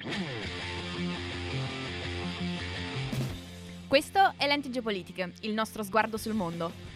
Questo è Lenti Geopolitiche, il nostro sguardo sul mondo.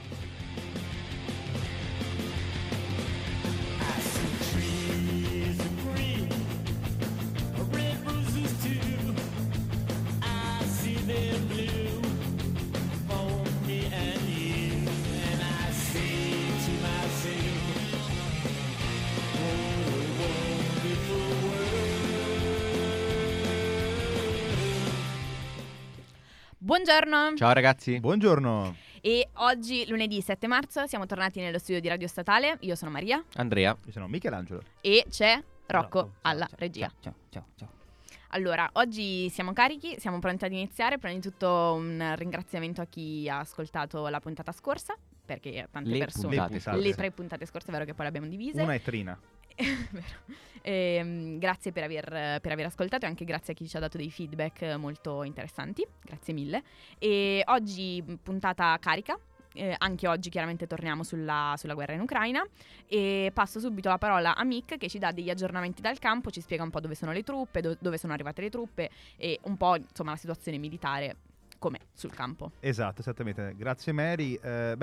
Buongiorno! Ciao ragazzi! Buongiorno! E oggi, lunedì 7 marzo, siamo tornati nello studio di Radio Statale. Io sono Maria. Andrea. Io sono Michelangelo. E c'è Rocco alla regia. Ciao. Allora, oggi siamo carichi, siamo pronti ad iniziare. Prima di tutto un ringraziamento a chi ha ascoltato la puntata scorsa, perché tante persone... Le 3 puntate scorse, è vero che poi le abbiamo divise. Una è Trina. Grazie per aver ascoltato e anche grazie a chi ci ha dato dei feedback molto interessanti, grazie mille. E oggi puntata carica, anche oggi chiaramente torniamo sulla guerra in Ucraina e passo subito la parola a Mick che ci dà degli aggiornamenti dal campo, ci spiega un po' dove sono le truppe, dove sono arrivate le truppe e un po' insomma la situazione militare com'è sul campo. Esatto, esattamente, grazie Mary.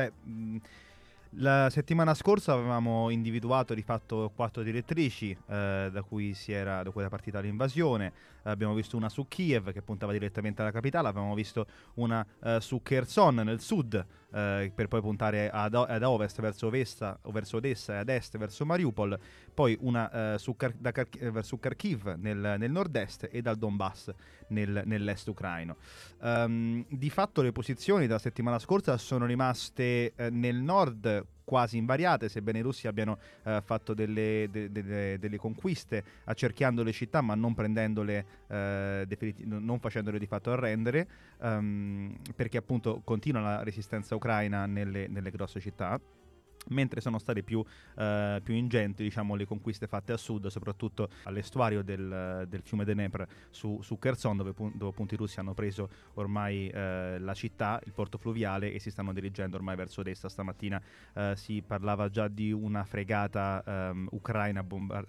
La settimana scorsa avevamo individuato di fatto 4 direttrici da cui era partita l'invasione. Abbiamo visto una su Kiev che puntava direttamente alla capitale, avevamo visto una su Kherson nel sud per poi puntare ad ovest verso Odessa e ad est verso Mariupol, poi una verso Kharkiv nel nord-est e dal Donbass nell'est ucraino. Di fatto le posizioni della settimana scorsa sono rimaste nel nord quasi invariate, sebbene i russi abbiano fatto delle conquiste accerchiando le città ma non prendendole non facendole di fatto arrendere, perché appunto continua la resistenza ucraina nelle grosse città, mentre sono state più ingenti, diciamo, le conquiste fatte a sud, soprattutto all'estuario del fiume Dnepr su Kherson, dove appunto i russi hanno preso ormai la città, il porto fluviale, e si stanno dirigendo ormai verso Odessa. Stamattina si parlava già di una fregata ucraina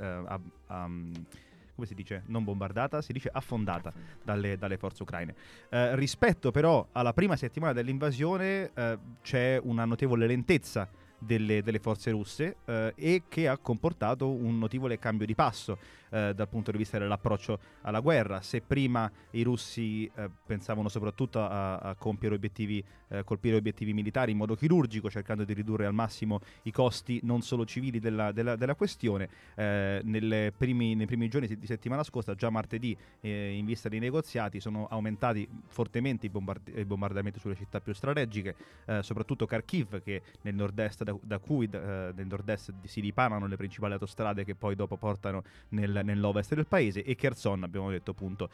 come si dice? Non bombardata, si dice affondata dalle forze ucraine. Rispetto però alla prima settimana dell'invasione c'è una notevole lentezza delle forze russe e che ha comportato un notevole cambio di passo dal punto di vista dell'approccio alla guerra. Se prima i russi pensavano soprattutto a colpire obiettivi militari in modo chirurgico, cercando di ridurre al massimo i costi non solo civili della questione, nei primi giorni di settimana scorsa, già martedì, in vista dei negoziati, sono aumentati fortemente i bombardamenti sulle città più strategiche, soprattutto Kharkiv, che nel nord-est da cui nel nord-est si dipanano le principali autostrade che poi dopo portano nell'ovest del paese, e Kherson, abbiamo detto appunto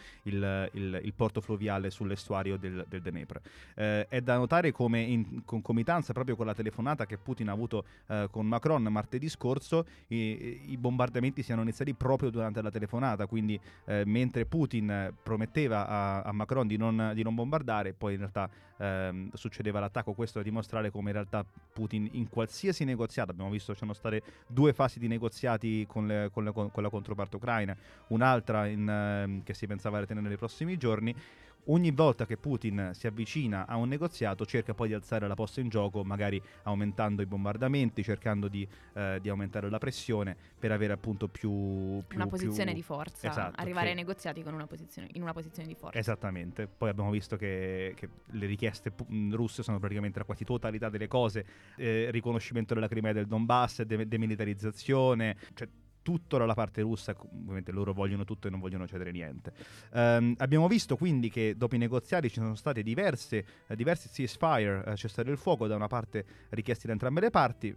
il porto fluviale sull'estuario del Dnepr. È da notare come in concomitanza proprio con la telefonata che Putin ha avuto con Macron martedì scorso, i bombardamenti siano iniziati proprio durante la telefonata, quindi mentre Putin prometteva a Macron di non bombardare, poi in realtà succedeva l'attacco. Questo a dimostrare come in realtà Putin in qualsiasi negoziato, abbiamo visto ci sono state 2 fasi di negoziati con la controparte ucraina, un'altra che si pensava di tenere nei prossimi giorni. Ogni volta che Putin si avvicina a un negoziato cerca poi di alzare la posta in gioco, magari aumentando i bombardamenti, cercando di aumentare la pressione per avere appunto una posizione di forza, esatto, arrivare ai negoziati in una posizione di forza. Esattamente. Poi abbiamo visto che le richieste russe sono praticamente la quasi totalità delle cose, riconoscimento della Crimea e del Donbass, demilitarizzazione, cioè tutto dalla parte russa. Ovviamente loro vogliono tutto e non vogliono cedere niente. Abbiamo visto quindi che dopo i negoziati ci sono state diversi ceasefire, cessare il fuoco, da una parte richiesti da entrambe le parti.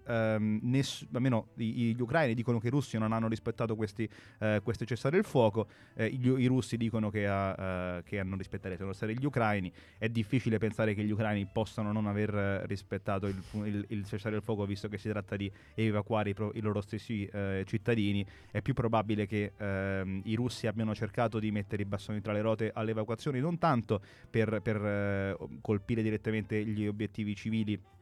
Almeno gli ucraini dicono che i russi non hanno rispettato questi cessare il fuoco, i russi dicono che hanno rispettato gli ucraini. È difficile pensare che gli ucraini possano non aver rispettato il cessare il fuoco, visto che si tratta di evacuare i loro stessi cittadini. È più probabile che i russi abbiano cercato di mettere i bastoni tra le ruote alle evacuazioni, non tanto per colpire direttamente gli obiettivi civili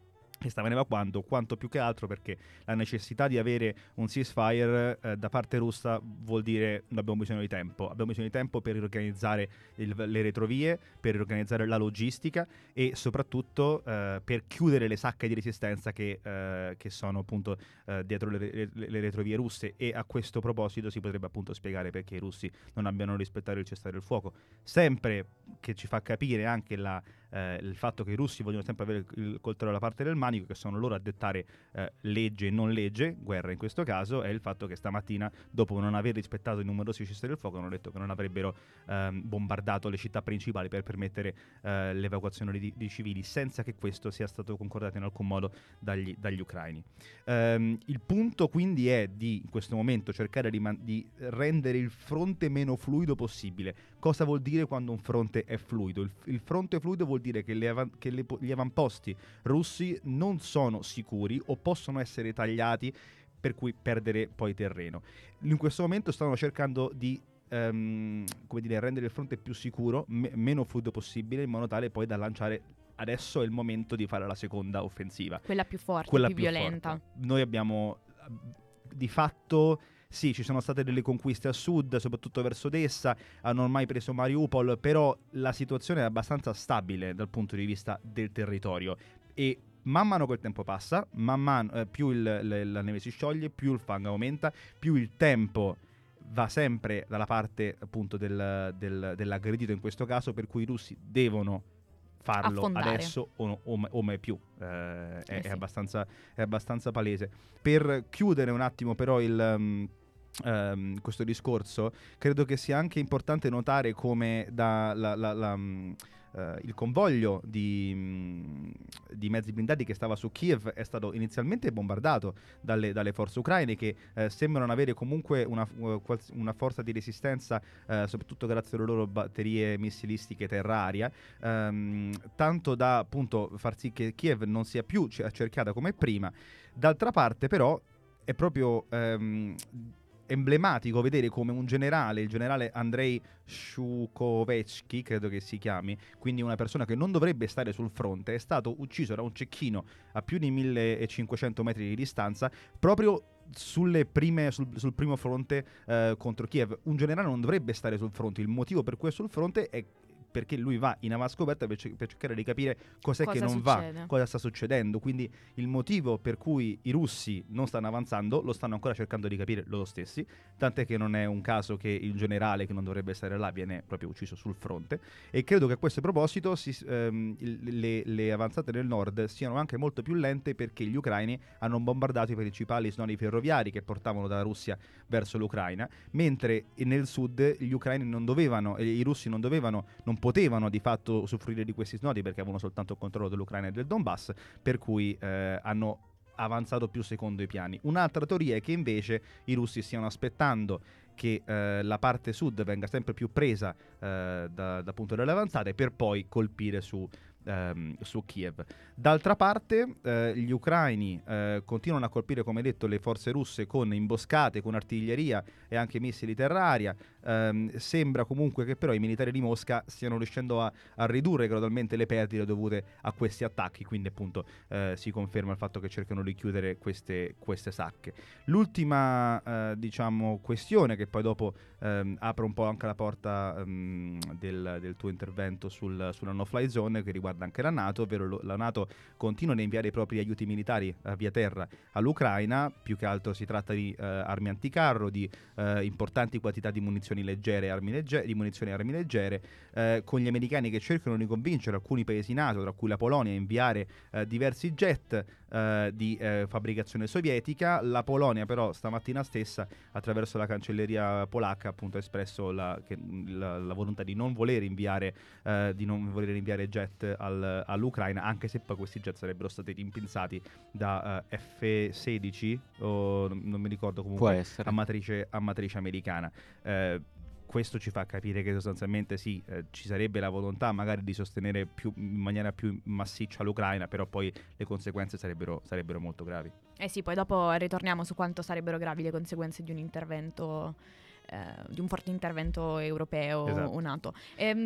che stavano evacuando, quanto più che altro perché la necessità di avere un ceasefire da parte russa vuol dire abbiamo bisogno di tempo. Abbiamo bisogno di tempo per riorganizzare le retrovie, per riorganizzare la logistica e soprattutto per chiudere le sacche di resistenza che sono appunto dietro le retrovie russe. E a questo proposito si potrebbe appunto spiegare perché i russi non abbiano rispettato il cessate il fuoco, sempre che ci fa capire anche il fatto che i russi vogliono sempre avere il coltello alla parte del manico, che sono loro a dettare legge e non legge, guerra in questo caso, è il fatto che stamattina, dopo non aver rispettato i numerosi cessate del fuoco, hanno detto che non avrebbero bombardato le città principali per permettere l'evacuazione di civili, senza che questo sia stato concordato in alcun modo dagli ucraini. Il punto quindi è di, in questo momento, cercare di rendere il fronte meno fluido possibile. Cosa vuol dire quando un fronte è fluido? Il fronte fluido vuol dire che gli avamposti russi non sono sicuri o possono essere tagliati, per cui perdere poi terreno. In questo momento stanno cercando di rendere il fronte più sicuro, meno fluido possibile, in modo tale poi da lanciare. Adesso è il momento di fare la seconda offensiva. Quella più forte, quella più violenta. Forte. Noi abbiamo di fatto... Sì, ci sono state delle conquiste a sud, soprattutto verso Odessa, hanno ormai preso Mariupol, però la situazione è abbastanza stabile dal punto di vista del territorio e man mano che il tempo passa, man mano più la neve si scioglie, più il fango aumenta, più il tempo va sempre dalla parte appunto dell'aggredito in questo caso, per cui i russi devono farlo affondare adesso o mai più. È sì. abbastanza palese. Per chiudere un attimo però questo discorso, credo che sia anche importante notare come il convoglio di mezzi blindati che stava su Kiev è stato inizialmente bombardato dalle forze ucraine, che sembrano avere comunque una forza di resistenza, soprattutto grazie alle loro batterie missilistiche terra-aria, tanto da appunto far sì che Kiev non sia più accerchiata come prima. D'altra parte però è proprio emblematico vedere come il generale Andrei Shukovetsky, credo che si chiami, quindi una persona che non dovrebbe stare sul fronte, è stato ucciso da un cecchino a più di 1500 metri di distanza proprio sul primo fronte contro Kiev. Un generale non dovrebbe stare sul fronte, il motivo per cui è sul fronte è perché lui va in avanscoperta per cercare di capire cosa che non succede. va, cosa sta succedendo. Quindi il motivo per cui i russi non stanno avanzando lo stanno ancora cercando di capire loro stessi, tant'è che non è un caso che il generale che non dovrebbe stare là viene proprio ucciso sul fronte. E credo che a questo proposito le avanzate del nord siano anche molto più lente, perché gli ucraini hanno bombardato i principali snodi ferroviari che portavano dalla Russia verso l'Ucraina, mentre nel sud gli ucraini i russi non potevano di fatto usufruire di questi snodi perché avevano soltanto il controllo dell'Ucraina e del Donbass, per cui hanno avanzato più secondo i piani. Un'altra teoria è che invece i russi stiano aspettando che la parte sud venga sempre più presa da punto delle avanzate per poi colpire su Kiev. D'altra parte gli ucraini continuano a colpire, come detto, le forze russe con imboscate, con artiglieria e anche missili terra-aria. Sembra comunque che però i militari di Mosca stiano riuscendo a ridurre gradualmente le perdite dovute a questi attacchi, quindi appunto si conferma il fatto che cercano di chiudere queste sacche. L'ultima questione, che poi dopo apre un po' anche la porta del tuo intervento sulla no-fly zone, che riguarda anche la NATO, ovvero la NATO continua ad inviare i propri aiuti militari via terra all'Ucraina. Più che altro si tratta di armi anticarro, di importanti quantità di munizioni leggere e armi leggere, con gli americani che cercano di convincere alcuni paesi NATO, tra cui la Polonia, a inviare diversi jet di fabbricazione sovietica. La Polonia però stamattina stessa, attraverso la cancelleria polacca, appunto ha espresso la volontà di non voler inviare jet all'Ucraina, anche se poi questi jet sarebbero stati rimpinzati da F-16 o non mi ricordo, comunque a matrice americana. Questo ci fa capire che sostanzialmente sì, ci sarebbe la volontà magari di sostenere in maniera più massiccia l'Ucraina, però poi le conseguenze sarebbero molto gravi. Sì, poi dopo ritorniamo su quanto sarebbero gravi le conseguenze di un intervento di un forte intervento europeo o NATO.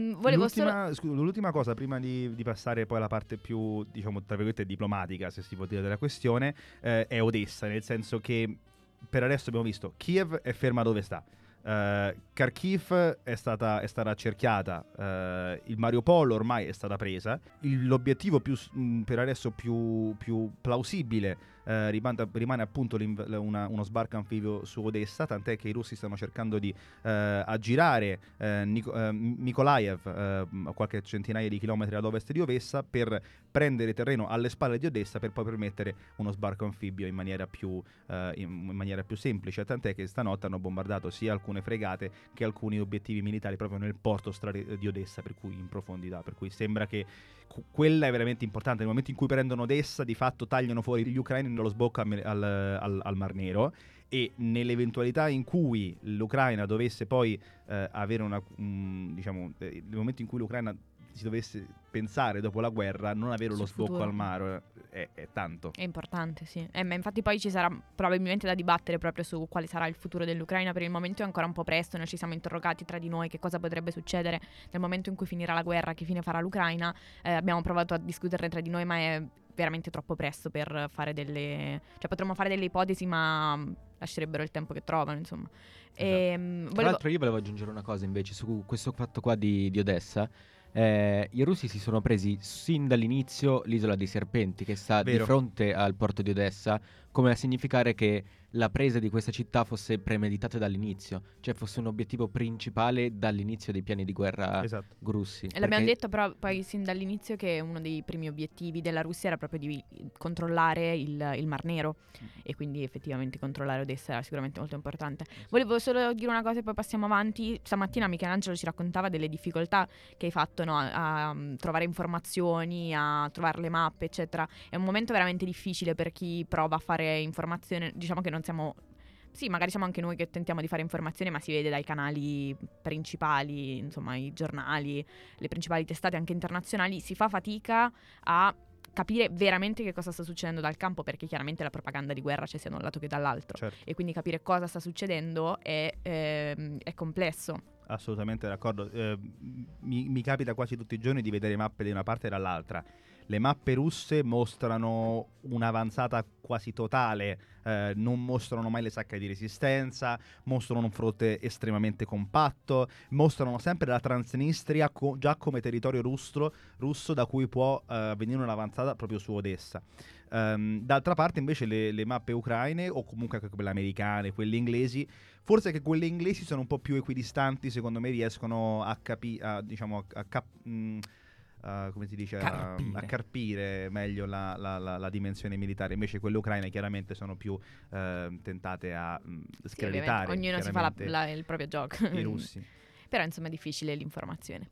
L'ultima cosa prima di passare poi alla parte più, diciamo, tra virgolette diplomatica, se si può dire, della questione, è Odessa, nel senso che per adesso abbiamo visto Kiev è ferma dove sta. Kharkiv è stata accerchiata, il Mariupol ormai è stata presa. L'obiettivo per adesso più plausibile rimane appunto uno sbarco anfibio su Odessa, tant'è che i russi stanno cercando di aggirare Mykolaiv, a qualche centinaia di chilometri ad ovest di Odessa, per prendere terreno alle spalle di Odessa per poi permettere uno sbarco anfibio in maniera più semplice, tant'è che stanotte hanno bombardato sia alcune fregate che alcuni obiettivi militari proprio nel porto di Odessa, per cui in profondità, per cui sembra che quella è veramente importante. Nel momento in cui prendono Odessa, di fatto tagliano fuori gli ucraini dallo sbocco al Mar Nero, e nell'eventualità in cui l'Ucraina dovesse poi avere nel momento in cui l'Ucraina si dovesse pensare dopo la guerra, non avere lo sbocco al mare è tanto. È importante, sì. Ma infatti poi ci sarà probabilmente da dibattere proprio su quale sarà il futuro dell'Ucraina. Per il momento è ancora un po' presto, noi ci siamo interrogati tra di noi che cosa potrebbe succedere nel momento in cui finirà la guerra, che fine farà l'Ucraina. Abbiamo provato a discuterne tra di noi, ma è veramente troppo presto per fare potremmo fare delle ipotesi, ma lascerebbero il tempo che trovano, insomma. Esatto. Tra l'altro io volevo aggiungere una cosa invece su questo fatto qua di Odessa. I russi si sono presi sin dall'inizio l'isola dei Serpenti, che sta di fronte al porto di Odessa, come a significare che la presa di questa città fosse premeditata dall'inizio, cioè fosse un obiettivo principale dall'inizio dei piani di guerra russi. E l'abbiamo detto però poi sin dall'inizio che uno dei primi obiettivi della Russia era proprio di controllare il Mar Nero, e quindi effettivamente controllare Odessa era sicuramente molto importante. Volevo solo dire una cosa e poi passiamo avanti. Stamattina Michelangelo ci raccontava delle difficoltà che hai fatto, no? A trovare informazioni, a trovare le mappe, eccetera. È un momento veramente difficile per chi prova a fare informazione. Diciamo che non siamo... Sì, magari siamo anche noi che tentiamo di fare informazione, ma si vede dai canali principali, insomma, i giornali, le principali testate anche internazionali. Si fa fatica a capire veramente che cosa sta succedendo dal campo, perché chiaramente la propaganda di guerra c'è sia da un lato che dall'altro. Certo. E quindi capire cosa sta succedendo è complesso. Assolutamente d'accordo. Mi capita quasi tutti i giorni di vedere mappe da una parte e dall'altra. Le mappe russe mostrano un'avanzata quasi totale, non mostrano mai le sacche di resistenza, mostrano un fronte estremamente compatto, mostrano sempre la Transnistria già come territorio russo da cui può venire un'avanzata proprio su Odessa. D'altra parte invece le mappe ucraine, o comunque anche quelle americane, quelle inglesi, forse che quelle inglesi sono un po' più equidistanti, secondo me riescono a come si dice, a carpire meglio la dimensione militare. Invece quelle ucraine chiaramente sono più tentate a screditare. Ognuno si fa il proprio gioco. I russi. Però insomma è difficile l'informazione.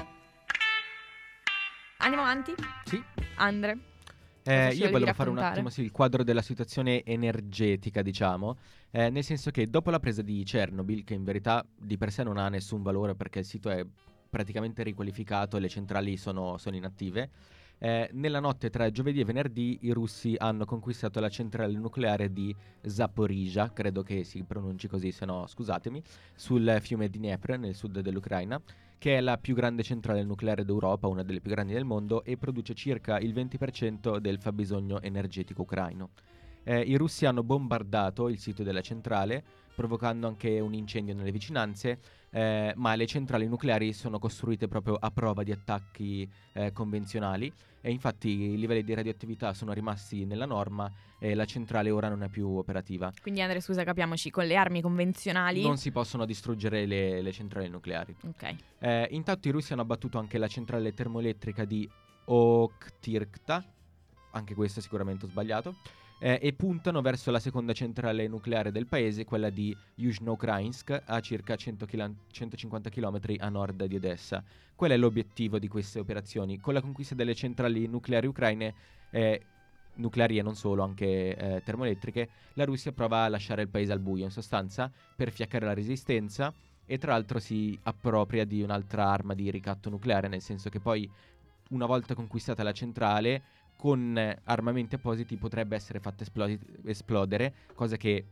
Andiamo avanti? Sì. Andre? Io volevo fare un attimo il quadro della situazione energetica, diciamo, nel senso che dopo la presa di Chernobyl, che in verità di per sé non ha nessun valore perché il sito è praticamente riqualificato e le centrali sono inattive, nella notte tra giovedì e venerdì i russi hanno conquistato la centrale nucleare di Zaporizhzhia, credo che si pronunci così, se no scusatemi, sul fiume Dnepr nel sud dell'Ucraina, che è la più grande centrale nucleare d'Europa, una delle più grandi del mondo, e produce circa il 20% del fabbisogno energetico ucraino. I russi hanno bombardato il sito della centrale, provocando anche un incendio nelle vicinanze, ma le centrali nucleari sono costruite proprio a prova di attacchi convenzionali, e infatti i livelli di radioattività sono rimasti nella norma e la centrale ora non è più operativa. Quindi Andrea, scusa, capiamoci, con le armi convenzionali non si possono distruggere le centrali nucleari. Ok. Intanto i russi hanno abbattuto anche la centrale termoelettrica di Oktyrka, anche questo sicuramente ho sbagliato, e puntano verso la seconda centrale nucleare del paese, quella di Yuzhno-Ukrainsk, a circa 150 km a nord di Odessa. Qual è l'obiettivo di queste operazioni? Con la conquista delle centrali nucleari ucraine, nucleari e non solo, anche termoelettriche, la Russia prova a lasciare il paese al buio, in sostanza, per fiaccare la resistenza, e tra l'altro si appropria di un'altra arma di ricatto nucleare, nel senso che poi, una volta conquistata la centrale, con armamenti appositi potrebbe essere fatta esplodere, cosa che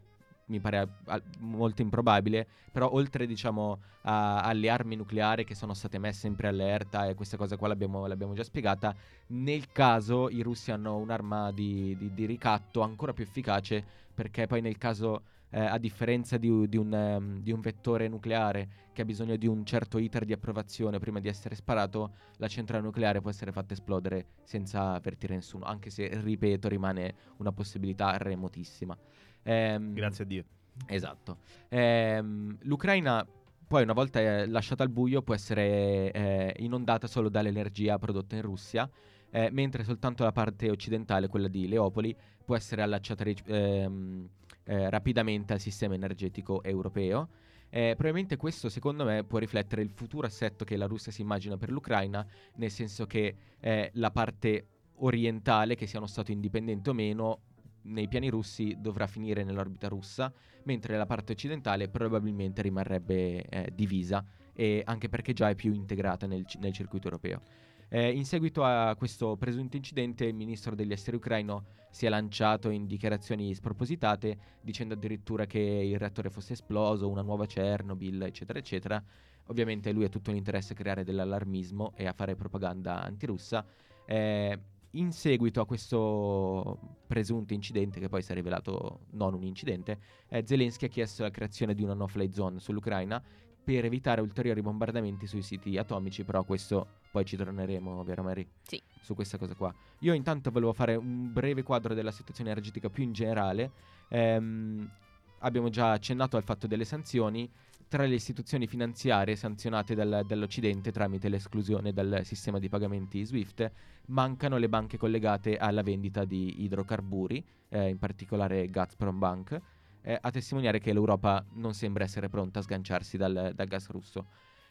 mi pare molto improbabile, però oltre diciamo alle armi nucleari che sono state messe in preallerta, e questa cosa qua l'abbiamo già spiegata, nel caso i russi hanno un'arma di ricatto ancora più efficace, perché poi nel caso a differenza di un vettore nucleare che ha bisogno di un certo iter di approvazione prima di essere sparato, la centrale nucleare può essere fatta esplodere senza avvertire nessuno, anche se, ripeto, rimane una possibilità remotissima. Grazie a Dio. Esatto. L'Ucraina poi, una volta lasciata al buio, può essere inondata solo dall'energia prodotta in Russia, mentre soltanto la parte occidentale, quella di Leopoli, può essere allacciata rapidamente al sistema energetico europeo. Probabilmente questo, secondo me, può riflettere il futuro assetto che la Russia si immagina per l'Ucraina, nel senso che la parte orientale, che sia uno stato indipendente o meno, nei piani russi dovrà finire nell'orbita russa, mentre la parte occidentale probabilmente rimarrebbe divisa, e anche perché già è più integrata nel circuito europeo. In seguito a questo presunto incidente, il ministro degli esteri ucraino si è lanciato in dichiarazioni spropositate, dicendo addirittura che il reattore fosse esploso, una nuova Chernobyl, eccetera eccetera. Ovviamente lui ha tutto l'interesse a creare dell'allarmismo e a fare propaganda antirussa. In seguito a questo presunto incidente, che poi si è rivelato non un incidente, Zelensky ha chiesto la creazione di una no-fly zone sull'Ucraina per evitare ulteriori bombardamenti sui siti atomici, però questo poi ci torneremo, vero Mary? Sì. Su questa cosa qua. Io intanto volevo fare un breve quadro della situazione energetica più in generale. Abbiamo già accennato al fatto delle sanzioni. Tra le istituzioni finanziarie sanzionate dall'Occidente tramite l'esclusione dal sistema di pagamenti SWIFT, mancano le banche collegate alla vendita di idrocarburi, in particolare Gazprom Bank, a testimoniare che l'Europa non sembra essere pronta a sganciarsi dal gas russo.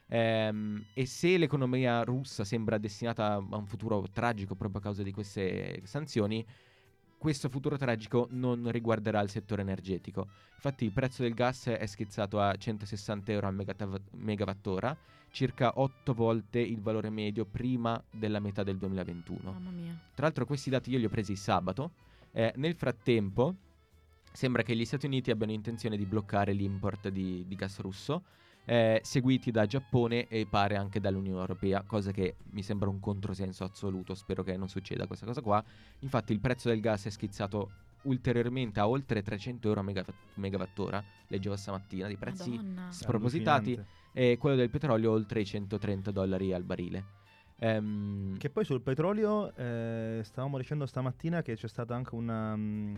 E se l'economia russa sembra destinata a un futuro tragico proprio a causa di queste sanzioni, questo futuro tragico non riguarderà il settore energetico. Infatti il prezzo del gas è schizzato a 160 euro al megawattora, circa 8 volte il valore medio prima della metà del 2021. Mamma mia. Tra l'altro questi dati io li ho presi sabato. Nel frattempo sembra che gli Stati Uniti abbiano intenzione di bloccare l'import di gas russo, seguiti da Giappone e pare anche dall'Unione Europea, cosa che mi sembra un controsenso assoluto. Spero che non succeda questa cosa qua. Infatti il prezzo del gas è schizzato ulteriormente a oltre 300 euro a megawattora, leggevo stamattina, di prezzi spropositati, e quello del petrolio oltre i $130 al barile. Che poi sul petrolio stavamo dicendo stamattina che c'è stata anche una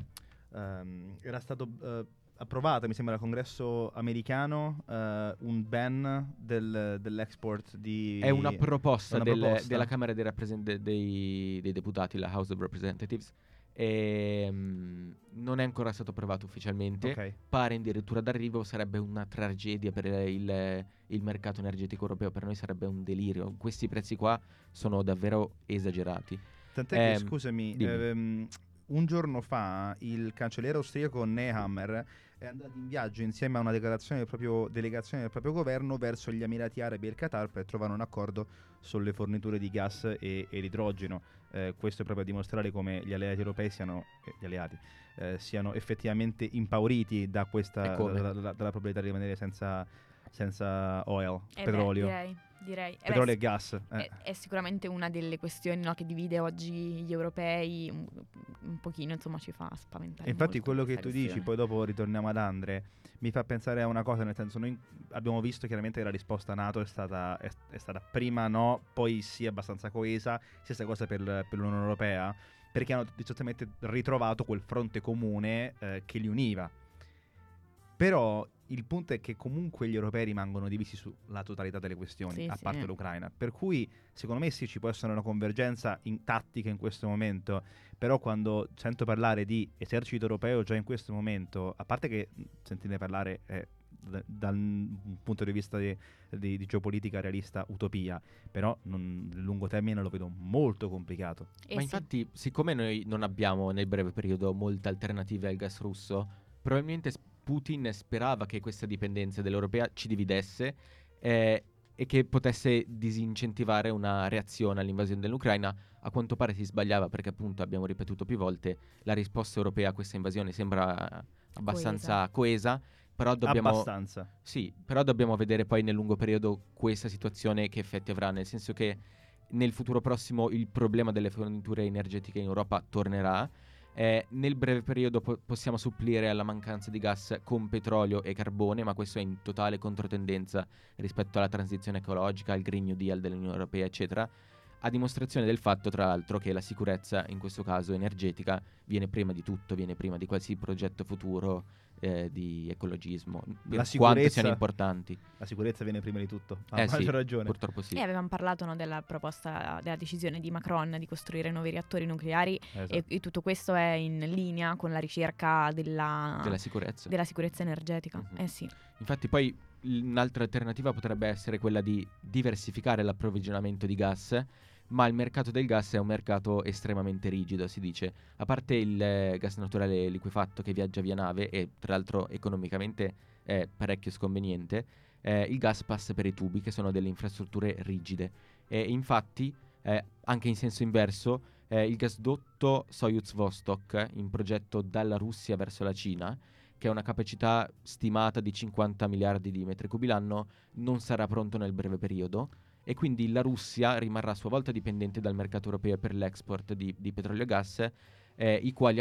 era stato approvata, mi sembra, al congresso americano un ban dell'export di... È una proposta della Camera dei Deputati, la House of Representatives, e non è ancora stato approvato ufficialmente. Okay. Pare addirittura d'arrivo. Sarebbe una tragedia per il mercato energetico europeo. Per noi sarebbe un delirio. Questi prezzi qua sono davvero esagerati. Tant'è che, scusami, un giorno fa il cancelliere austriaco Nehammer è andato in viaggio insieme a una delegazione del proprio governo verso gli Emirati Arabi e il Qatar per trovare un accordo sulle forniture di gas e l'idrogeno. Questo è proprio a dimostrare come gli alleati europei siano effettivamente impauriti da questa dalla probabilità di rimanere senza oil, petrolio. Direi. Petrolio e gas. È sicuramente una delle questioni, no, che divide oggi gli europei un pochino, insomma, ci fa spaventare. Infatti quello che tu dici, poi dopo ritorniamo ad Andre, mi fa pensare a una cosa, nel senso, noi abbiamo visto chiaramente che la risposta NATO è stata prima no, poi sì abbastanza coesa, stessa cosa per l'Unione Europea, perché hanno giustamente ritrovato quel fronte comune che li univa. Però il punto è che comunque gli europei rimangono divisi sulla totalità delle questioni, a parte l'Ucraina. Per cui secondo me sì, ci può essere una convergenza tattica in questo momento, però quando sento parlare di esercito europeo già in questo momento, a parte che sentire parlare dal punto di vista di geopolitica realista utopia, però nel lungo termine lo vedo molto complicato. Ma infatti, siccome noi non abbiamo nel breve periodo molte alternative al gas russo, probabilmente Putin sperava che questa dipendenza dell'Europea ci dividesse e che potesse disincentivare una reazione all'invasione dell'Ucraina. A quanto pare si sbagliava, perché appunto abbiamo ripetuto più volte, la risposta europea a questa invasione sembra abbastanza coesa. Però dobbiamo vedere poi nel lungo periodo questa situazione che effetti avrà, nel senso che nel futuro prossimo il problema delle forniture energetiche in Europa tornerà. Nel breve periodo possiamo supplire alla mancanza di gas con petrolio e carbone, ma questo è in totale controtendenza rispetto alla transizione ecologica, al Green New Deal dell'Unione Europea, eccetera, a dimostrazione del fatto, tra l'altro, che la sicurezza, in questo caso energetica, viene prima di tutto, viene prima di qualsiasi progetto futuro di ecologismo, quanto siano importanti. La sicurezza viene prima di tutto. Sì, ragione. Purtroppo sì. E avevamo parlato della proposta, della decisione di Macron di costruire nuovi reattori nucleari, esatto. e tutto questo è in linea con la ricerca della sicurezza energetica. Mm-hmm. Sì. Infatti poi un'altra alternativa potrebbe essere quella di diversificare l'approvvigionamento di gas, ma il mercato del gas è un mercato estremamente rigido, si dice. A parte il gas naturale liquefatto che viaggia via nave e tra l'altro economicamente è parecchio sconveniente, il gas passa per i tubi, che sono delle infrastrutture rigide. E infatti, anche in senso inverso, il gasdotto Soyuz-Vostok, in progetto dalla Russia verso la Cina, che ha una capacità stimata di 50 miliardi di metri cubi l'anno, non sarà pronto nel breve periodo. E quindi la Russia rimarrà a sua volta dipendente dal mercato europeo per l'export di petrolio e gas, i quali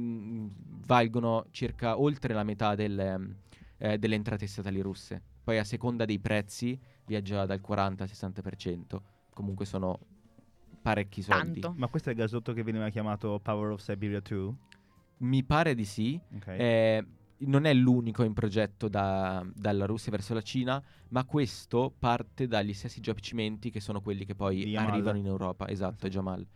valgono circa oltre la metà delle entrate statali russe. Poi a seconda dei prezzi viaggia dal 40 al 60%. Comunque sono parecchi soldi. Tanto. Ma questo è il gasdotto che veniva chiamato Power of Siberia 2? Mi pare di sì. Okay. Non è l'unico in progetto dalla Russia verso la Cina, ma questo parte dagli stessi giacimenti che sono quelli che poi arrivano in Europa. Esatto, Jamal.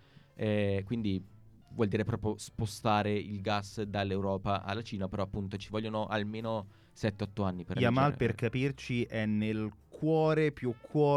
Quindi vuol dire proprio spostare il gas dall'Europa alla Cina, però appunto ci vogliono almeno 7-8 anni per Yamal, per capirci, è nel cuore più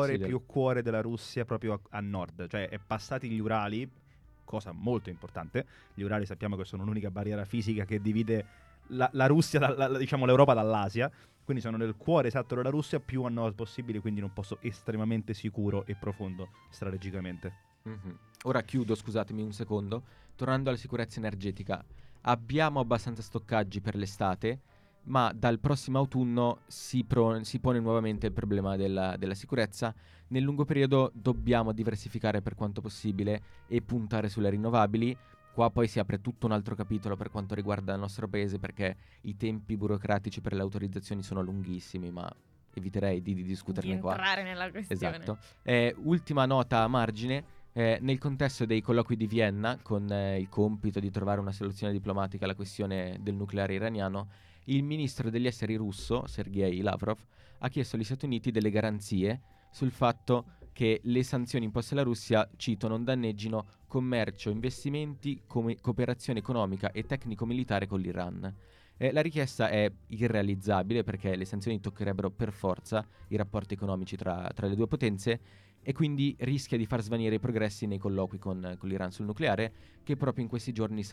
cuore della Russia, proprio a nord. Cioè è passati gli Urali, cosa molto importante. Gli Urali sappiamo che sono l'unica barriera fisica che divide la Russia, diciamo l'Europa dall'Asia, quindi sono nel cuore esatto della Russia, più a nord possibile, quindi in un posto estremamente sicuro e profondo strategicamente. Mm-hmm. Ora chiudo, scusatemi un secondo, tornando alla sicurezza energetica. Abbiamo abbastanza stoccaggi per l'estate, ma dal prossimo autunno si pone nuovamente il problema della sicurezza. Nel lungo periodo dobbiamo diversificare per quanto possibile e puntare sulle rinnovabili. Qua poi si apre tutto un altro capitolo per quanto riguarda il nostro paese, perché i tempi burocratici per le autorizzazioni sono lunghissimi, ma eviterei di discuterne qua. Di entrare nella questione. Esatto. Ultima nota a margine, nel contesto dei colloqui di Vienna, con il compito di trovare una soluzione diplomatica alla questione del nucleare iraniano, il ministro degli esteri russo, Sergei Lavrov, ha chiesto agli Stati Uniti delle garanzie sul fatto che le sanzioni imposte alla Russia, cito, non danneggino commercio, investimenti, cooperazione economica e tecnico-militare con l'Iran. La richiesta è irrealizzabile perché le sanzioni toccherebbero per forza i rapporti economici tra le due potenze e quindi rischia di far svanire i progressi nei colloqui con l'Iran sul nucleare, che proprio in questi giorni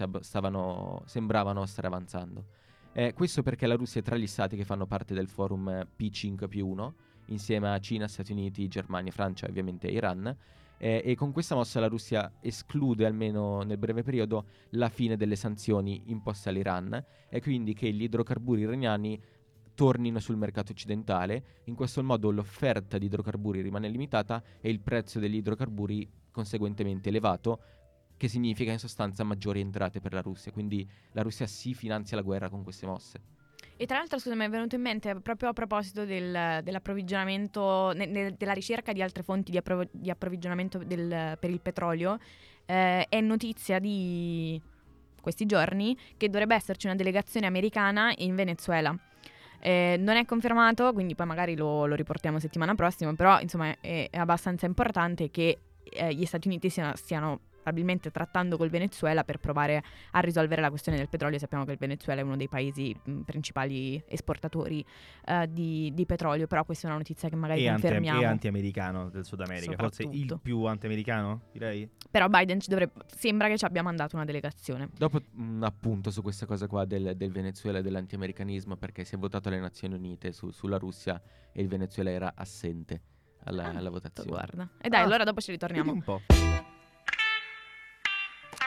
sembravano stare avanzando. Questo perché la Russia è tra gli stati che fanno parte del forum P5+1, insieme a Cina, Stati Uniti, Germania, Francia e ovviamente Iran, e con questa mossa la Russia esclude, almeno nel breve periodo, la fine delle sanzioni imposte all'Iran e quindi che gli idrocarburi iraniani tornino sul mercato occidentale. In questo modo l'offerta di idrocarburi rimane limitata e il prezzo degli idrocarburi conseguentemente elevato, che significa in sostanza maggiori entrate per la Russia. Quindi la Russia si finanzia la guerra con queste mosse. E tra l'altro, scusa, mi è venuto in mente proprio a proposito dell'approvvigionamento, della ricerca di altre fonti di approvvigionamento per il petrolio. È notizia di questi giorni che dovrebbe esserci una delegazione americana in Venezuela. Non è confermato, quindi poi magari lo riportiamo settimana prossima, però insomma è abbastanza importante che gli Stati Uniti stiano probabilmente trattando col Venezuela per provare a risolvere la questione del petrolio. Sappiamo che il Venezuela è uno dei paesi principali esportatori di petrolio, però questa è una notizia che magari confermiamo. E anti-americano del Sud America, forse il più anti-americano, direi. Però Biden sembra che ci abbia mandato una delegazione. Dopo un appunto su questa cosa qua del Venezuela e dell'anti-americanismo, perché si è votato alle Nazioni Unite sulla Russia e il Venezuela era assente alla votazione. Guarda. E dai, allora dopo ci ritorniamo. Un po'.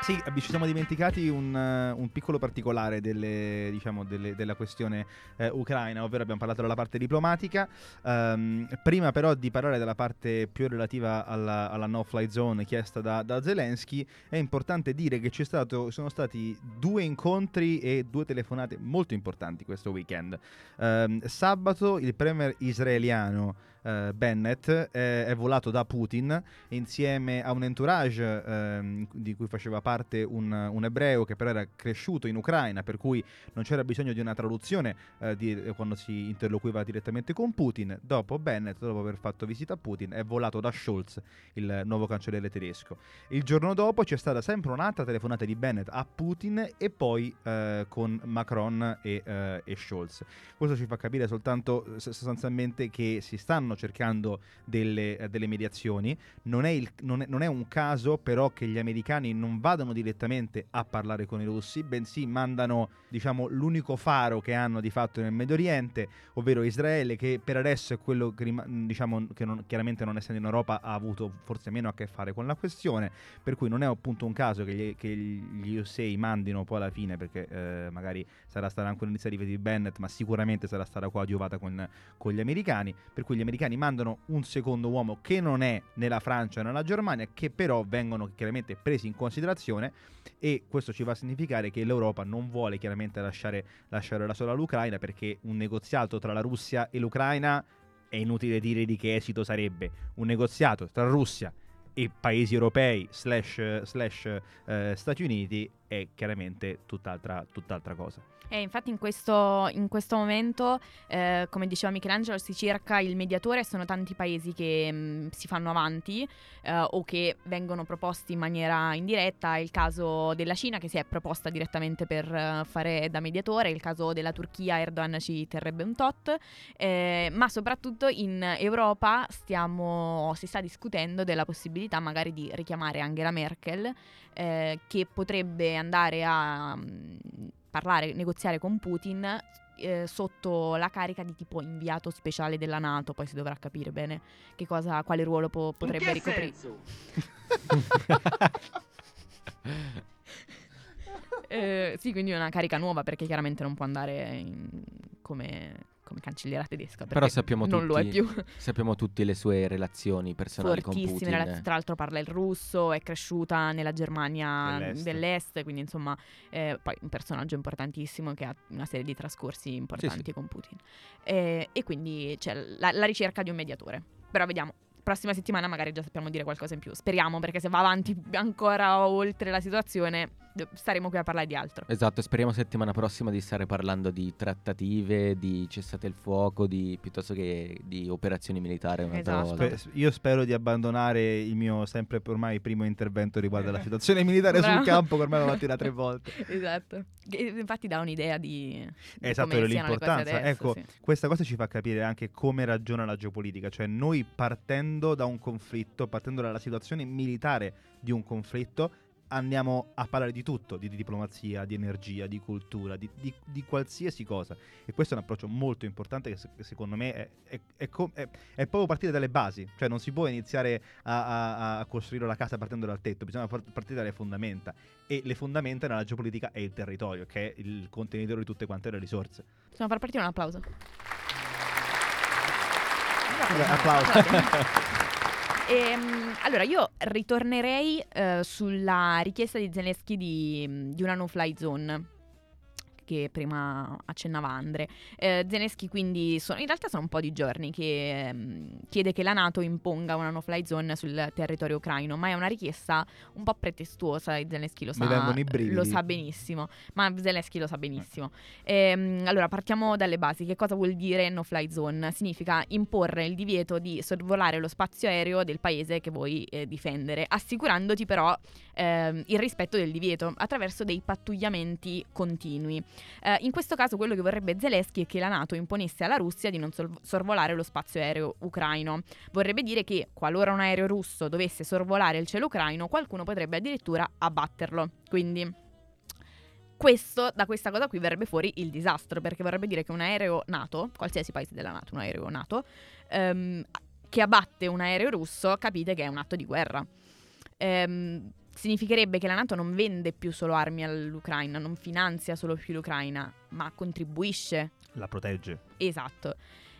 Sì, ci siamo dimenticati un piccolo particolare della questione ucraina, ovvero abbiamo parlato della parte diplomatica. Prima però di parlare della parte più relativa alla no-fly zone chiesta da Zelensky, è importante dire che sono stati 2 incontri e 2 telefonate molto importanti questo weekend. Sabato il premier israeliano Bennett è volato da Putin insieme a un entourage di cui faceva parte un ebreo che però era cresciuto in Ucraina, per cui non c'era bisogno di una traduzione quando si interloquiva direttamente con Putin. Dopo Bennett, dopo aver fatto visita a Putin, è volato da Scholz, il nuovo cancelliere tedesco. Il giorno dopo c'è stata sempre un'altra telefonata di Bennett a Putin e poi con Macron e Scholz. Questo ci fa capire soltanto sostanzialmente che si stanno cercando delle mediazioni. Non è un caso però che gli americani non vadano direttamente a parlare con i russi, bensì mandano, diciamo, l'unico faro che hanno di fatto nel Medio Oriente, ovvero Israele, che per adesso è quello che chiaramente non essendo in Europa ha avuto forse meno a che fare con la questione, per cui non è appunto un caso che gli USA mandino poi alla fine, perché magari sarà stata anche un'iniziativa di Bennett, ma sicuramente sarà stata coadiuvata con gli americani, per cui gli americani mandano un secondo uomo che non è né la Francia né la Germania, che però vengono chiaramente presi in considerazione, e questo ci va a significare che l'Europa non vuole chiaramente lasciare da sola l'Ucraina, perché un negoziato tra la Russia e l'Ucraina è inutile dire di che esito sarebbe. Un negoziato tra Russia e paesi europei / Stati Uniti è chiaramente tutt'altra cosa. Infatti in questo momento, come diceva Michelangelo, si cerca il mediatore. Sono tanti paesi che si fanno avanti o che vengono proposti in maniera indiretta. Il caso della Cina, che si è proposta direttamente per fare da mediatore. Il caso della Turchia, Erdogan ci terrebbe un tot, ma soprattutto in Europa si sta discutendo della possibilità magari di richiamare Angela Merkel, che potrebbe andare a negoziare con Putin sotto la carica di tipo inviato speciale della NATO. Poi si dovrà capire bene quale ruolo potrebbe ricoprire. Sì, quindi una carica nuova, perché chiaramente non può andare come cancelliera tedesca, però sappiamo non lo è più. Sappiamo tutte le sue relazioni personali con Putin. Tra l'altro parla il russo, è cresciuta nella Germania dell'Est, quindi insomma poi un personaggio importantissimo che ha una serie di trascorsi importanti con Putin, e quindi c'è la ricerca di un mediatore. Però vediamo, prossima settimana magari già sappiamo dire qualcosa in più, speriamo, perché se va avanti ancora oltre la situazione staremo qui a parlare di altro. Esatto, speriamo settimana prossima di stare parlando di trattative, di cessate il fuoco, piuttosto che di operazioni militari un'altra volta. Io spero di abbandonare il mio sempre ormai primo intervento riguardo alla situazione militare sul campo, che ormai l'ho fatto 3 volte. Esatto, infatti dà un'idea di esatto, come l'importanza adesso, ecco, sì. Questa cosa ci fa capire anche come ragiona la geopolitica, cioè noi partendo da un conflitto, partendo dalla situazione militare di un conflitto, andiamo a parlare di tutto, di diplomazia, di energia, di cultura, di qualsiasi cosa, e questo è un approccio molto importante che secondo me è proprio partire dalle basi, cioè non si può iniziare a costruire la casa partendo dal tetto, bisogna partire dalle fondamenta, e le fondamenta nella geopolitica è il territorio, che è il contenitore di tutte quante le risorse. Possiamo far partire un applauso. Applauso. Allora io ritornerei sulla richiesta di Zelensky di una no-fly zone, che prima accennava Andre. Zelensky quindi in realtà sono un po' di giorni che chiede che la NATO imponga una no-fly zone sul territorio ucraino, ma è una richiesta un po' pretestuosa, e Zelensky lo sa benissimo. Ma Zelensky lo sa benissimo. Allora partiamo dalle basi. Che cosa vuol dire no-fly zone? Significa imporre il divieto di sorvolare lo spazio aereo del paese che vuoi difendere, assicurandoti però il rispetto del divieto attraverso dei pattugliamenti continui. In questo caso quello che vorrebbe Zelensky è che la NATO imponesse alla Russia di non sorvolare lo spazio aereo ucraino. Vorrebbe dire che qualora un aereo russo dovesse sorvolare il cielo ucraino, qualcuno potrebbe addirittura abbatterlo. Quindi da questa cosa qui verrebbe fuori il disastro, perché vorrebbe dire che un aereo NATO, qualsiasi paese della NATO, un aereo NATO, che abbatte un aereo russo, capite che è un atto di guerra. significherebbe che la NATO non vende più solo armi all'Ucraina, non finanzia solo più l'Ucraina, ma contribuisce. La protegge. Esatto.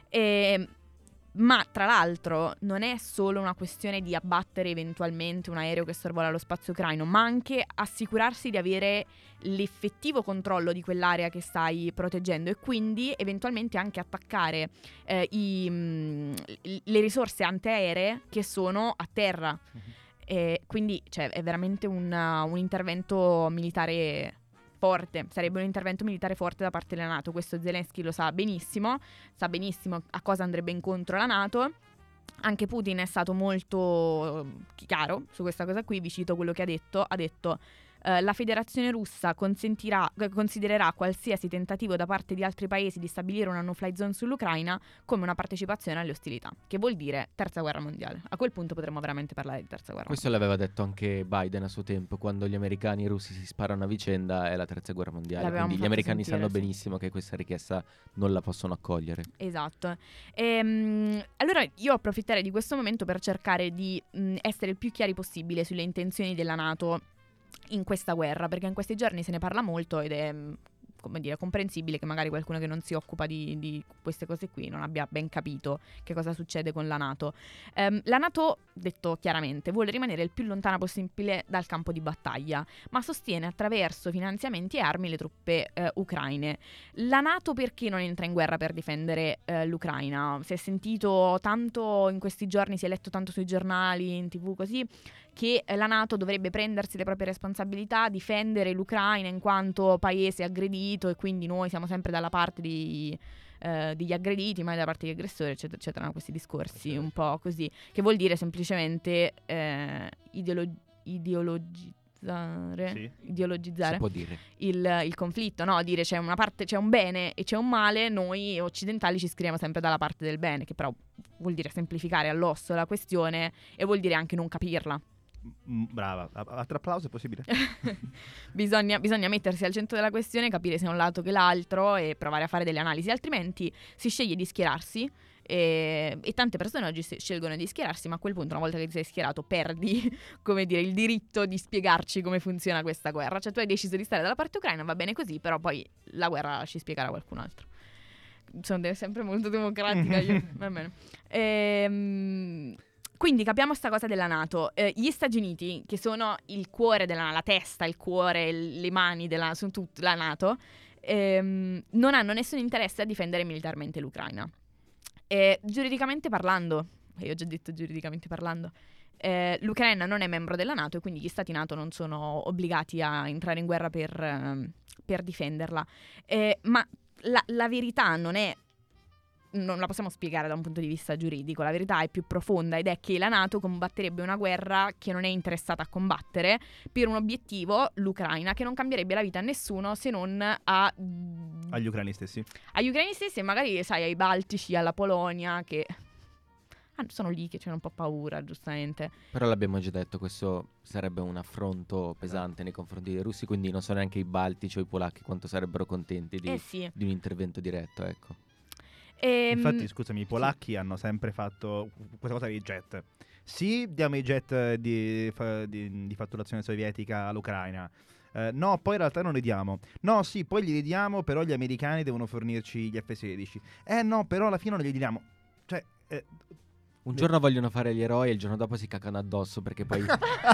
Ma tra l'altro non è solo una questione di abbattere eventualmente un aereo che sorvola lo spazio ucraino, ma anche assicurarsi di avere l'effettivo controllo di quell'area che stai proteggendo e quindi eventualmente anche attaccare le risorse antiaeree che sono a terra. Quindi è veramente un intervento militare forte, sarebbe un intervento militare forte da parte della NATO. Questo Zelensky lo sa benissimo a cosa andrebbe incontro la NATO. Anche Putin è stato molto chiaro su questa cosa qui, vi cito quello che ha detto la Federazione Russa considererà qualsiasi tentativo da parte di altri paesi di stabilire una no-fly zone sull'Ucraina come una partecipazione alle ostilità, che vuol dire terza guerra mondiale. A quel punto potremmo veramente parlare di terza guerra mondiale. Questo l'aveva detto anche Biden a suo tempo, quando gli americani e i russi si sparano a vicenda è la terza guerra mondiale. Quindi gli americani sanno benissimo che questa richiesta non la possono accogliere. Esatto. Allora io approfitterei di questo momento per cercare di essere il più chiari possibile sulle intenzioni della NATO in questa guerra, perché in questi giorni se ne parla molto ed è, come dire, comprensibile che magari qualcuno che non si occupa di queste cose qui non abbia ben capito che cosa succede con la NATO. La NATO, detto chiaramente, vuole rimanere il più lontana possibile dal campo di battaglia, ma sostiene attraverso finanziamenti e armi le truppe ucraine. La NATO perché non entra in guerra per difendere l'Ucraina? Si è sentito tanto in questi giorni, si è letto tanto sui giornali, in TV così, che la NATO dovrebbe prendersi le proprie responsabilità, difendere l'Ucraina in quanto paese aggredito e quindi noi siamo sempre dalla parte degli aggrediti, mai dalla parte degli aggressori, eccetera, eccetera. Questi discorsi un po' così, che vuol dire semplicemente ideologizzare si può dire. il conflitto, no? Dire c'è una parte, c'è un bene e c'è un male, noi occidentali ci scriviamo sempre dalla parte del bene, che però vuol dire semplificare all'osso la questione e vuol dire anche non capirla. Brava, altro applauso è possibile? bisogna mettersi al centro della questione, capire sia un lato che l'altro e provare a fare delle analisi, altrimenti si sceglie di schierarsi e tante persone oggi scelgono di schierarsi, ma a quel punto, una volta che ti sei schierato, perdi, come dire, il diritto di spiegarci come funziona questa guerra. Cioè tu hai deciso di stare dalla parte ucraina, va bene così, però poi la guerra ci spiegherà qualcun altro. Sono sempre molto democratica io. Va bene. Quindi capiamo sta cosa della NATO. Gli Stati Uniti, che sono il cuore la testa, il cuore, le mani sono tutta la NATO, non hanno nessun interesse a difendere militarmente l'Ucraina. Giuridicamente parlando, io ho già detto giuridicamente parlando, l'Ucraina non è membro della NATO e quindi gli Stati NATO non sono obbligati a entrare in guerra per difenderla. Ma la verità non la possiamo spiegare da un punto di vista giuridico, la verità è più profonda ed è che la NATO combatterebbe una guerra che non è interessata a combattere per un obiettivo, l'Ucraina, che non cambierebbe la vita a nessuno se non agli ucraini stessi. Agli ucraini stessi e magari, sai, ai baltici, alla Polonia, che sono lì che c'è un po' paura, giustamente. Però l'abbiamo già detto, questo sarebbe un affronto pesante nei confronti dei russi, quindi non so neanche i baltici o i polacchi quanto sarebbero contenti di un intervento diretto, ecco. Infatti, scusami, i polacchi hanno sempre fatto questa cosa dei jet. Sì, diamo i jet di fatturazione sovietica all'Ucraina. No, poi in realtà non li diamo. No, sì, poi li diamo, però gli americani devono fornirci gli F-16. No, però alla fine non li diamo. Cioè... un giorno vogliono fare gli eroi e il giorno dopo si cacano addosso perché poi...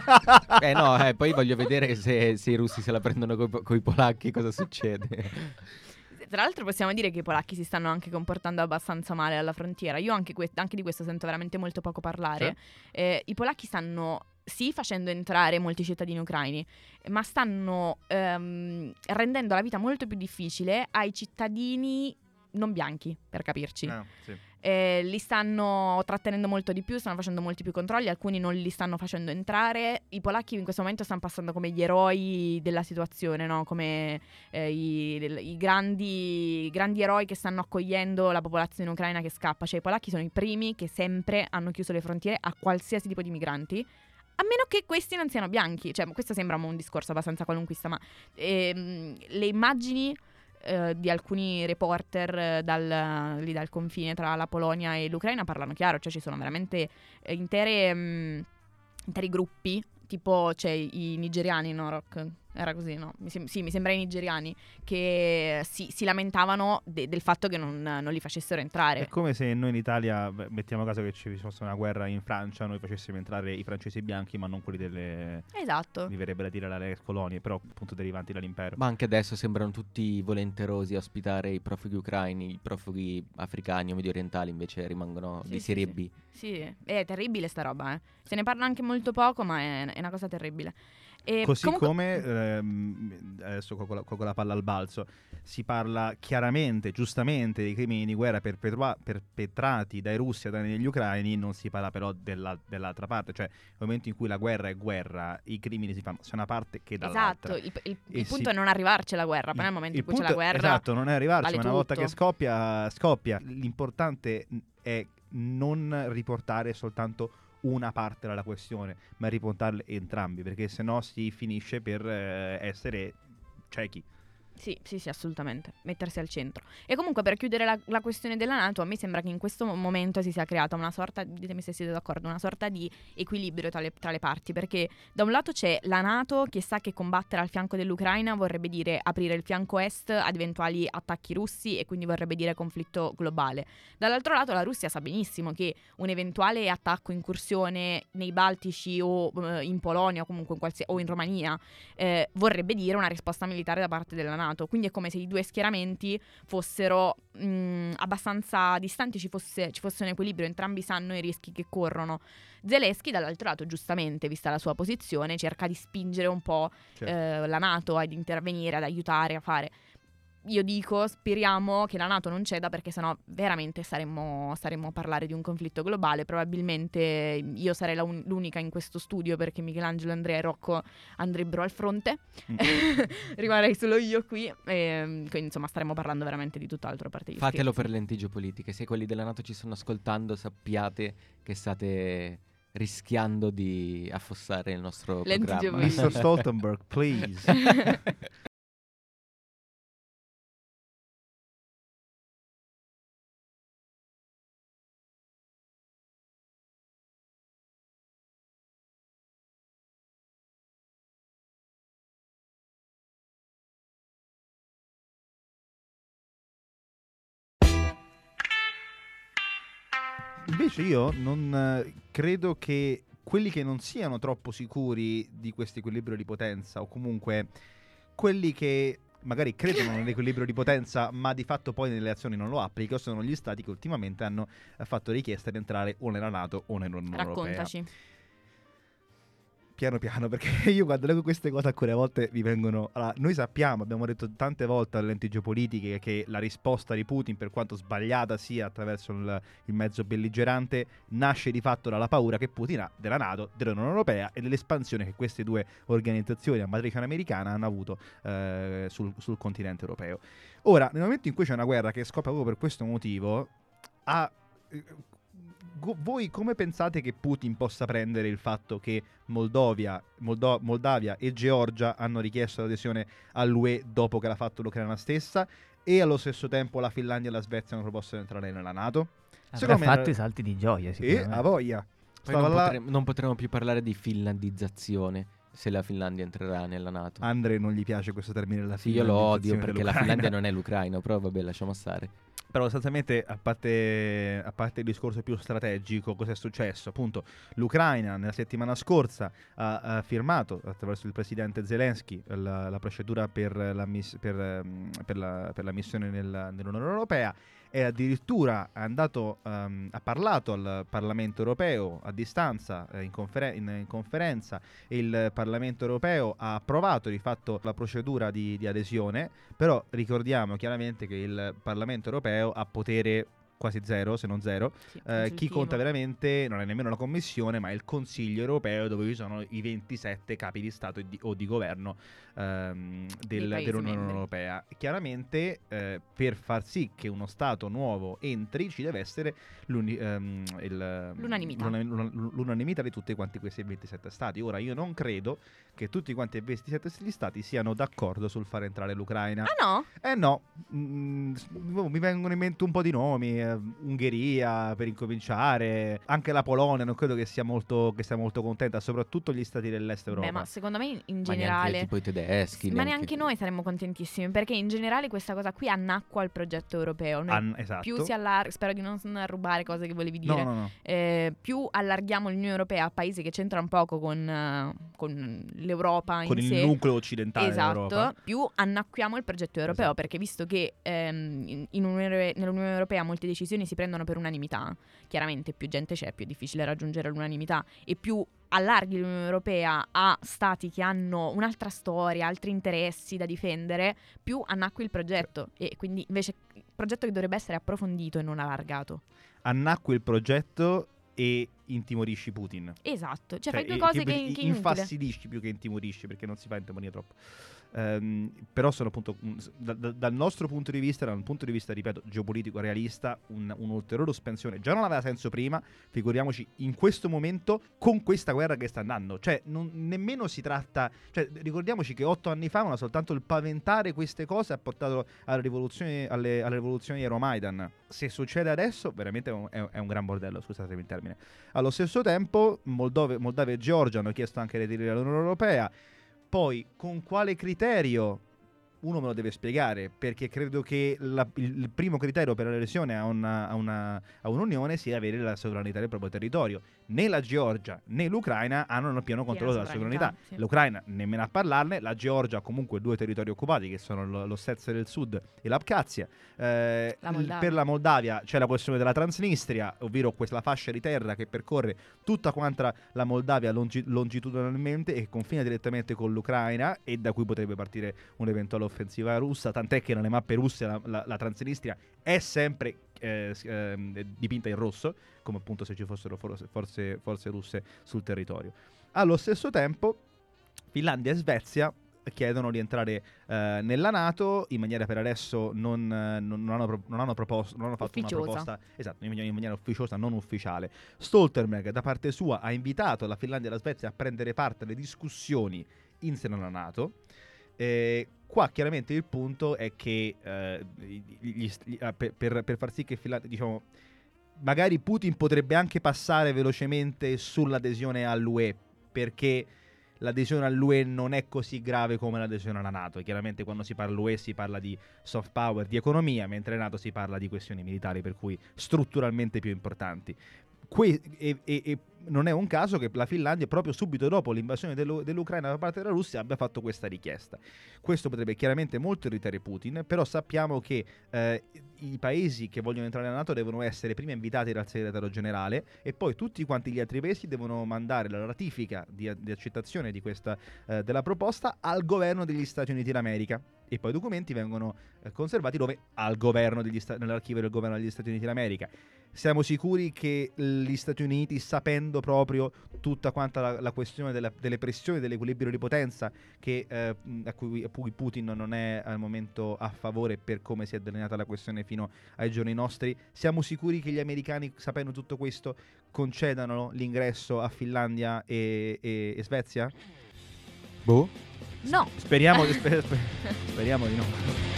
poi voglio vedere se i russi se la prendono coi polacchi, cosa succede. Tra l'altro possiamo dire che i polacchi si stanno anche comportando abbastanza male alla frontiera. Io anche di questo sento veramente molto poco parlare. I polacchi stanno facendo entrare molti cittadini ucraini, ma stanno rendendo la vita molto più difficile ai cittadini non bianchi, per capirci. Sì. Li stanno trattenendo molto di più, stanno facendo molti più controlli, alcuni non li stanno facendo entrare. I polacchi in questo momento stanno passando come gli eroi della situazione, no? Come i grandi eroi che stanno accogliendo la popolazione ucraina che scappa. Cioè i polacchi sono i primi che sempre hanno chiuso le frontiere a qualsiasi tipo di migranti, a meno che questi non siano bianchi. Cioè questo sembra un discorso abbastanza qualunquista, ma le immagini di alcuni reporter dal confine tra la Polonia e l'Ucraina parlano chiaro. Cioè ci sono veramente interi gruppi tipo i nigeriani, no, Rock? Era così, no? Sì, mi sembra i nigeriani che si lamentavano del fatto che non li facessero entrare. È come se noi in Italia, mettiamo caso che ci fosse una guerra in Francia, noi facessimo entrare i francesi bianchi, ma non quelli delle... Esatto. Mi verrebbe da dire le ex colonie, però appunto derivanti dall'impero. Ma anche adesso sembrano tutti volenterosi a ospitare i profughi ucraini, i profughi africani o medio orientali invece rimangono di serie B. Sì, è terribile sta roba, eh. Se ne parla anche molto poco, ma è una cosa terribile. E così comunque... come adesso con la palla al balzo si parla chiaramente, giustamente, dei crimini di guerra perpetrati dai russi e dagli ucraini, non si parla però dell'altra parte, cioè nel momento in cui la guerra è guerra, i crimini si fanno sia una parte che dall'altra. Esatto, il punto è non arrivarci alla guerra, però nel momento in cui c'è la guerra, esatto, non è arrivarci, vale ma una tutto. volta che scoppia. L'importante è non riportare soltanto una parte della questione, ma riportarle entrambi, perché sennò si finisce per essere ciechi. Sì, assolutamente, mettersi al centro. E comunque, per chiudere la questione della NATO, a me sembra che in questo momento si sia creata una sorta, ditemi se siete d'accordo, una sorta di equilibrio tra le parti, perché da un lato c'è la NATO che sa che combattere al fianco dell'Ucraina vorrebbe dire aprire il fianco est ad eventuali attacchi russi e quindi vorrebbe dire conflitto globale. Dall'altro lato la Russia sa benissimo che un eventuale attacco, incursione nei Baltici o in Polonia o comunque o in Romania vorrebbe dire una risposta militare da parte della NATO. Quindi è come se i due schieramenti fossero abbastanza distanti, ci fosse un equilibrio, entrambi sanno i rischi che corrono. Zelensky dall'altro lato, giustamente, vista la sua posizione, cerca di spingere un po' la NATO ad intervenire, ad aiutare a fare. Io dico, speriamo che la NATO non ceda, perché sennò veramente saremmo a parlare di un conflitto globale. Probabilmente io sarei l'unica in questo studio, perché Michelangelo, Andrea e Rocco andrebbero al fronte. Rimarrei solo io qui. Quindi insomma staremo parlando veramente di tutt'altro, a parte gli Fatelo scherzi. per le lentiggio politiche. Se quelli della NATO ci stanno ascoltando, sappiate che state rischiando di affossare il nostro Lentiggio programma. Mr. Stoltenberg, please. Invece io non credo che quelli che non siano troppo sicuri di questo equilibrio di potenza, o comunque quelli che magari credono nell'equilibrio di potenza ma di fatto poi nelle azioni non lo applicano, sono gli stati che ultimamente hanno fatto richiesta di entrare o nella NATO o nell'Unione Europea. Raccontaci. Piano piano, perché io quando leggo queste cose alcune volte mi vengono... Allora, noi sappiamo, abbiamo detto tante volte alle lenti geopolitiche, che la risposta di Putin, per quanto sbagliata sia attraverso il mezzo belligerante, nasce di fatto dalla paura che Putin ha della NATO, dell'Unione Europea e dell'espansione che queste due organizzazioni a matrice americana hanno avuto sul continente europeo. Ora, nel momento in cui c'è una guerra che scoppia proprio per questo motivo, voi come pensate che Putin possa prendere il fatto che Moldavia e Georgia hanno richiesto l'adesione all'UE dopo che l'ha fatto l'Ucraina stessa, e allo stesso tempo la Finlandia e la Svezia hanno proposto di entrare nella NATO? Avrà fatto i salti di gioia, sicuramente. A voglia. Poi non potremo più parlare di finlandizzazione se la Finlandia entrerà nella NATO. Andre non gli piace questo termine della Sì, io lo odio perché la Finlandia non è l'Ucraina, però vabbè, lasciamo stare. Però sostanzialmente, a parte il discorso più strategico, cosa è successo? Appunto, l'Ucraina nella settimana scorsa ha firmato attraverso il presidente Zelensky la procedura per la missione nell'Unione Europea, e addirittura ha parlato al Parlamento europeo a distanza, in conferenza, e il Parlamento europeo ha approvato di fatto la procedura di adesione. Però ricordiamo chiaramente che il Parlamento europeo ha potere quasi zero, se non zero. Chi conta veramente non è nemmeno la Commissione, ma è il Consiglio europeo, dove ci sono i 27 capi di Stato o di governo dell'Unione Europea. Chiaramente per far sì che uno Stato nuovo entri ci deve essere l'unanimità di tutti quanti questi 27 Stati. Ora, io non credo che tutti quanti i 27 Stati siano d'accordo sul far entrare l'Ucraina. Ah no? No, mi vengono in mente un po' di nomi. Ungheria per incominciare, anche la Polonia non credo che sia molto contenta, soprattutto gli stati dell'est Europa. Ma secondo me in generale, ma tipo i tedeschi, ma neanche noi saremmo contentissimi, perché in generale questa cosa qui annacqua il progetto europeo. Noi esatto. Più si allarga, spero di non rubare cose che volevi dire, no. Più allarghiamo l'Unione Europea a paesi che c'entrano poco con l'Europa con in il sé, nucleo occidentale dell'Europa. più annacquiamo il progetto europeo, esatto. perché visto che nell'Unione Europea molte decisioni si prendono per unanimità, chiaramente più gente c'è, più è difficile raggiungere l'unanimità, e più allarghi l'Unione Europea a stati che hanno un'altra storia, altri interessi da difendere, più annacqui il progetto, e quindi invece il progetto che dovrebbe essere approfondito e non allargato. Annacqui il progetto e intimorisci Putin. Esatto, cioè fai due cose che infastidisci più che intimorisci, perché non si fa intimorire troppo. Però sono appunto dal nostro punto di vista, dal punto di vista, ripeto, geopolitico realista, un'ulteriore sospensione già non aveva senso prima, figuriamoci in questo momento con questa guerra che sta andando. Cioè nemmeno si tratta, cioè ricordiamoci che 8 anni fa soltanto il paventare queste cose ha portato alle rivoluzioni di Euromaidan. Se succede adesso veramente è un gran bordello, scusatemi il termine. Allo stesso tempo Moldavia e Georgia hanno chiesto anche di aderire all'Unione Europea. Poi con quale criterio? Uno me lo deve spiegare, perché credo che il primo criterio per l'adesione a un'unione sia avere la sovranità del proprio territorio. Né la Georgia né l'Ucraina hanno il pieno controllo della sovranità. Sì. L'Ucraina nemmeno a parlarne, la Georgia ha comunque 2 territori occupati che sono l'Ossetia del Sud e l'Abkhazia. Per la Moldavia c'è la questione della Transnistria, ovvero questa fascia di terra che percorre tutta quanta la Moldavia longitudinalmente e confina direttamente con l'Ucraina, e da cui potrebbe partire un'eventuale offensiva russa, tant'è che nelle mappe russe la Transnistria è sempre dipinta in rosso, come appunto se ci fossero forze russe sul territorio. Allo stesso tempo Finlandia e Svezia chiedono di entrare nella NATO. In maniera per adesso non hanno fatto una proposta, esatto, in maniera ufficiosa, non ufficiale. Stoltenberg da parte sua ha invitato la Finlandia e la Svezia a prendere parte alle discussioni in seno alla NATO. Qua chiaramente il punto è che per far sì che Finlandia, diciamo, magari Putin potrebbe anche passare velocemente sull'adesione all'UE, perché l'adesione all'UE non è così grave come l'adesione alla NATO. Chiaramente quando si parla all'UE si parla di soft power, di economia, mentre alla NATO si parla di questioni militari, per cui strutturalmente più importanti. E non è un caso che la Finlandia, proprio subito dopo l'invasione dell'Ucraina da parte della Russia, abbia fatto questa richiesta. Questo potrebbe chiaramente molto irritare Putin, però sappiamo che i paesi che vogliono entrare nella NATO devono essere prima invitati dal segretario generale, e poi tutti quanti gli altri paesi devono mandare la ratifica di accettazione di questa della proposta al governo degli Stati Uniti d'America, e poi i documenti vengono conservati dove? Nell'archivio del governo degli Stati Uniti d'America. Siamo sicuri che gli Stati Uniti, sapendo proprio tutta quanta la questione delle pressioni, dell'equilibrio di potenza a cui Putin non è al momento a favore, per come si è delineata la questione fino ai giorni nostri, siamo sicuri che gli americani, sapendo tutto questo, concedano l'ingresso a Finlandia e Svezia? Boh? No. Speriamo di no.